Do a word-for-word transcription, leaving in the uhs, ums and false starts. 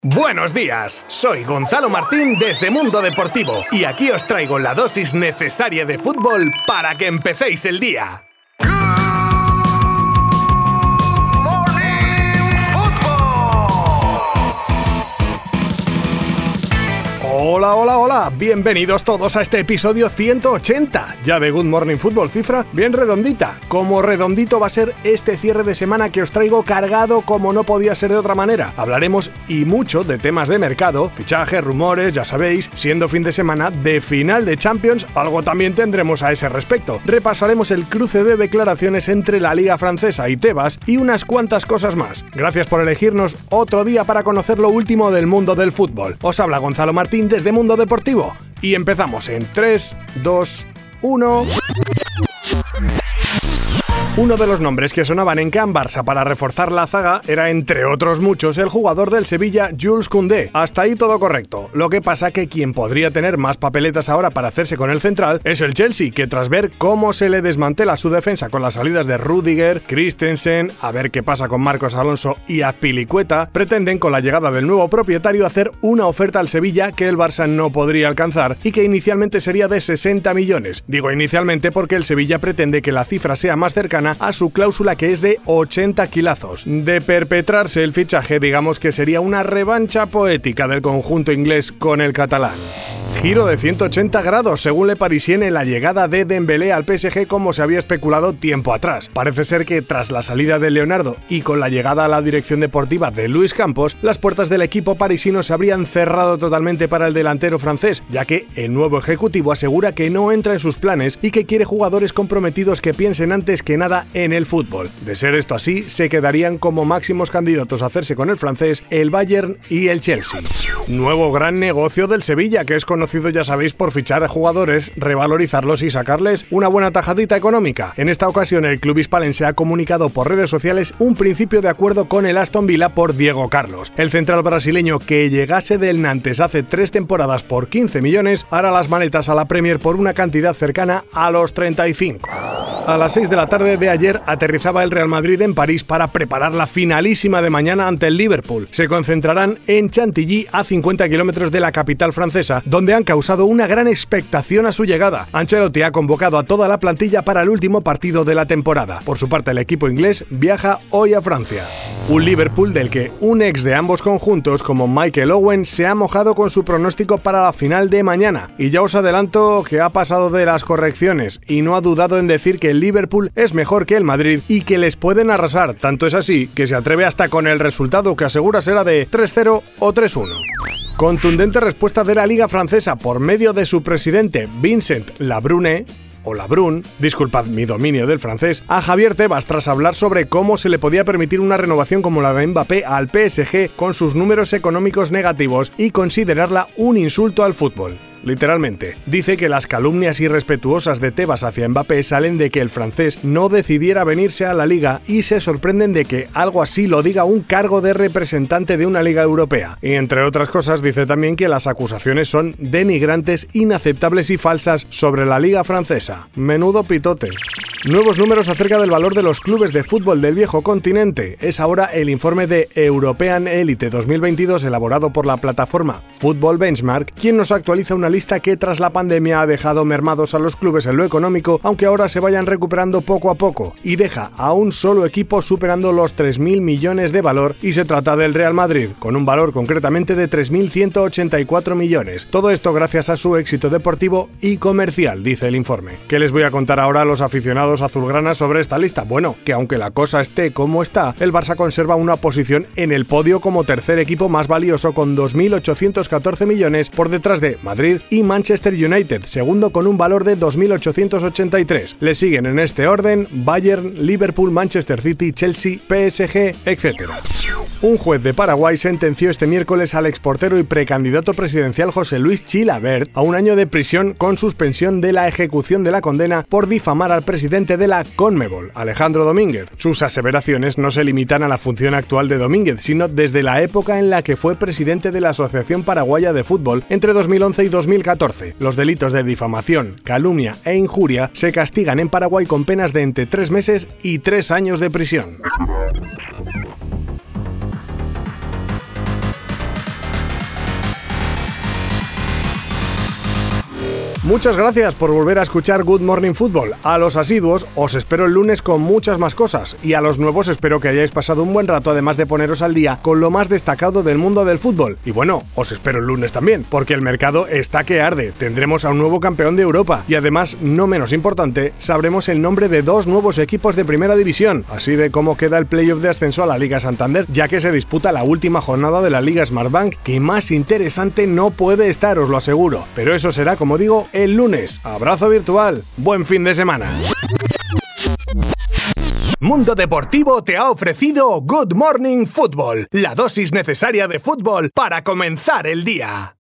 Buenos días, soy Gonzalo Martín desde Mundo Deportivo y aquí os traigo la dosis necesaria de fútbol para que empecéis el día. Hola, hola, hola, bienvenidos todos a este episodio ciento ochenta, ya de Good Morning Football, cifra bien redondita. Como redondito va a ser este cierre de semana que os traigo cargado como no podía ser de otra manera. Hablaremos y mucho de temas de mercado, fichajes, rumores, ya sabéis, siendo fin de semana de final de Champions, algo también tendremos a ese respecto. Repasaremos el cruce de declaraciones entre la Liga Francesa y Tebas y unas cuantas cosas más. Gracias por elegirnos otro día para conocer lo último del mundo del fútbol. Os habla Gonzalo Martín desde Mundo Deportivo y empezamos en tres, dos, uno... Uno de los nombres que sonaban en Can Barça para reforzar la zaga era, entre otros muchos, el jugador del Sevilla, Jules Koundé. Hasta ahí todo correcto. Lo que pasa que quien podría tener más papeletas ahora para hacerse con el central es el Chelsea, que tras ver cómo se le desmantela su defensa con las salidas de Rudiger, Christensen, a ver qué pasa con Marcos Alonso y Azpilicueta, pretenden con la llegada del nuevo propietario hacer una oferta al Sevilla que el Barça no podría alcanzar y que inicialmente sería de sesenta millones. Digo inicialmente porque el Sevilla pretende que la cifra sea más cercana a su cláusula, que es de ochenta kilazos. De perpetrarse el fichaje, digamos que sería una revancha poética del conjunto inglés con el catalán. Giro de ciento ochenta grados, según Le Parisien, en la llegada de Dembélé al P S G como se había especulado tiempo atrás. Parece ser que tras la salida de Leonardo y con la llegada a la dirección deportiva de Luis Campos, las puertas del equipo parisino se habrían cerrado totalmente para el delantero francés, ya que el nuevo ejecutivo asegura que no entra en sus planes y que quiere jugadores comprometidos que piensen antes que nada en el fútbol. De ser esto así, se quedarían como máximos candidatos a hacerse con el francés el Bayern y el Chelsea. Nuevo gran negocio del Sevilla, que es conocido, ya sabéis, por fichar a jugadores, revalorizarlos y sacarles una buena tajadita económica. En esta ocasión, el club hispalense ha comunicado por redes sociales un principio de acuerdo con el Aston Villa por Diego Carlos. El central brasileño, que llegase del Nantes hace tres temporadas por quince millones, hará las maletas a la Premier por una cantidad cercana a los treinta y cinco. A las seis de la tarde de ayer aterrizaba el Real Madrid en París para preparar la finalísima de mañana ante el Liverpool. Se concentrarán en Chantilly, a cincuenta kilómetros de la capital francesa, donde han causado una gran expectación a su llegada. Ancelotti ha convocado a toda la plantilla para el último partido de la temporada. Por su parte, el equipo inglés viaja hoy a Francia. Un Liverpool del que un ex de ambos conjuntos, como Michael Owen, se ha mojado con su pronóstico para la final de mañana. Y ya os adelanto que ha pasado de las correcciones y no ha dudado en decir que el Liverpool es mejor que el Madrid y que les pueden arrasar. Tanto es así que se atreve hasta con el resultado, que asegura será de tres cero o tres uno. Contundente respuesta de la Liga Francesa por medio de su presidente Vincent Labrune, o Labrun, disculpad mi dominio del francés, a Javier Tebas tras hablar sobre cómo se le podía permitir una renovación como la de Mbappé al P S G con sus números económicos negativos y considerarla un insulto al fútbol. Literalmente, dice que las calumnias irrespetuosas de Tebas hacia Mbappé salen de que el francés no decidiera venirse a la liga y se sorprenden de que algo así lo diga un cargo de representante de una liga europea. Y entre otras cosas dice también que las acusaciones son denigrantes, inaceptables y falsas sobre la liga francesa. Menudo pitote. Nuevos números acerca del valor de los clubes de fútbol del viejo continente. Es ahora el informe de European Elite dos mil veintidós elaborado por la plataforma Football Benchmark, quien nos actualiza una lista que tras la pandemia ha dejado mermados a los clubes en lo económico, aunque ahora se vayan recuperando poco a poco, y deja a un solo equipo superando los tres mil millones de valor, y se trata del Real Madrid, con un valor concretamente de tres mil ciento ochenta y cuatro millones. Todo esto gracias a su éxito deportivo y comercial, dice el informe. ¿Qué les voy a contar ahora a los aficionados azulgranas sobre esta lista? Bueno, que aunque la cosa esté como está, el Barça conserva una posición en el podio como tercer equipo más valioso con dos mil ochocientos catorce millones por detrás de Madrid y Manchester United, segundo con un valor de dos mil ochocientos ochenta y tres. Le siguen en este orden Bayern, Liverpool, Manchester City, Chelsea, P S G, etcétera. Un juez de Paraguay sentenció este miércoles al exportero y precandidato presidencial José Luis Chilavert a un año de prisión con suspensión de la ejecución de la condena por difamar al presidente de la Conmebol, Alejandro Domínguez. Sus aseveraciones no se limitan a la función actual de Domínguez, sino desde la época en la que fue presidente de la Asociación Paraguaya de Fútbol entre dos mil once y dos mil catorce. Los delitos de difamación, calumnia e injuria se castigan en Paraguay con penas de entre tres meses y tres años de prisión. Muchas gracias por volver a escuchar Good Morning Football. A los asiduos os espero el lunes con muchas más cosas y a los nuevos espero que hayáis pasado un buen rato, además de poneros al día con lo más destacado del mundo del fútbol. Y bueno, os espero el lunes también, porque el mercado está que arde. Tendremos a un nuevo campeón de Europa y además, no menos importante, sabremos el nombre de dos nuevos equipos de primera división, así de cómo queda el playoff de ascenso a la Liga Santander, ya que se disputa la última jornada de la Liga Smartbank, que más interesante no puede estar, os lo aseguro. Pero eso será, como digo, el lunes. Abrazo virtual, buen fin de semana. Mundo Deportivo te ha ofrecido Good Morning Football, la dosis necesaria de fútbol para comenzar el día.